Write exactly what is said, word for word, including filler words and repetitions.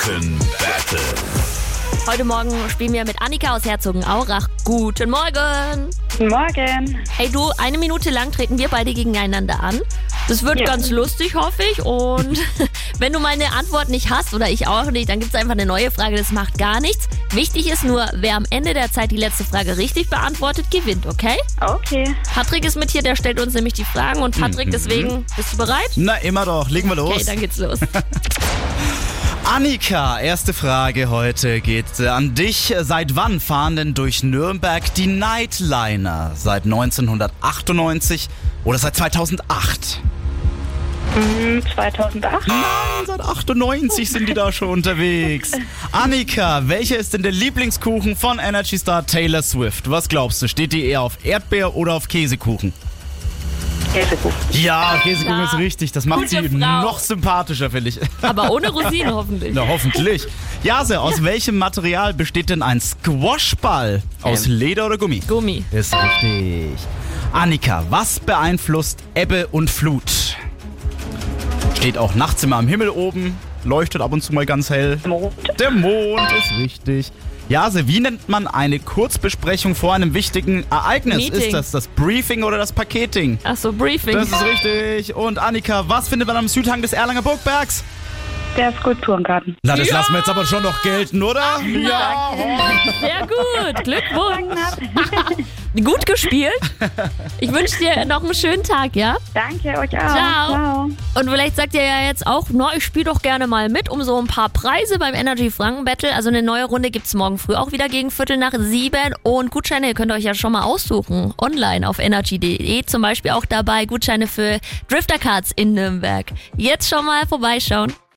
Franken Battle. Heute Morgen spielen wir mit Annika aus Herzogenaurach. Guten Morgen. Guten Morgen. Hey du, eine Minute lang treten wir beide gegeneinander an. Das wird Ja. ganz lustig, hoffe ich. Und wenn du meine Antwort nicht hast oder ich auch nicht, dann gibt es einfach eine neue Frage. Das macht gar nichts. Wichtig ist nur, wer am Ende der Zeit die letzte Frage richtig beantwortet, gewinnt, okay? Okay. Patrick ist mit hier, der stellt uns nämlich die Fragen. Und Patrick, deswegen, bist du bereit? Na, immer doch. Legen wir los. Okay, dann geht's los. Annika, erste Frage heute geht äh, an dich. Seit wann fahren denn durch Nürnberg die Nightliner? Seit neunzehnhundertachtundneunzig oder seit zweitausendacht? Hm, zweitausendacht. Nein, seit achtundneunzig sind die da schon unterwegs. Annika, welcher ist denn der Lieblingskuchen von Energy Star Taylor Swift? Was glaubst du, steht die eher auf Erdbeer oder auf Käsekuchen? Käsekuchen. Ja, Käsekuchen Ja, ist richtig. Das macht gute sie Frau. noch sympathischer, finde ich. Aber ohne Rosinen hoffentlich. Na, hoffentlich. Jase, aus welchem Material besteht denn ein Squashball? Aus Ähm. Leder oder Gummi? Gummi. Ist richtig. Annika, was beeinflusst Ebbe und Flut? Steht auch nachts immer am Himmel oben, leuchtet ab und zu mal ganz hell. Mond. Der Mond ist richtig. Jase, wie nennt man eine Kurzbesprechung vor einem wichtigen Ereignis? Meeting. Ist das das Briefing oder das Paketing? Ach so, Briefing. Das ist richtig. Und Annika, was findet man am Südhang des Erlanger Burgbergs? Der Skulpturengarten. Na, das Ja! lassen wir jetzt aber schon noch gelten, oder? Ja. Sehr gut. Glückwunsch. Gut gespielt. Ich wünsche dir noch einen schönen Tag, ja? Danke euch auch. Ciao. Ciao. Und vielleicht sagt ihr ja jetzt auch, na, ich spiele doch gerne mal mit um so ein paar Preise beim Energy Franken Battle. Also eine neue Runde gibt's morgen früh auch wieder gegen Viertel nach sieben. Und Gutscheine, ihr könnt euch ja schon mal aussuchen. Online auf energy punkt de zum Beispiel auch dabei Gutscheine für Drifter Cards in Nürnberg. Jetzt schon mal vorbeischauen.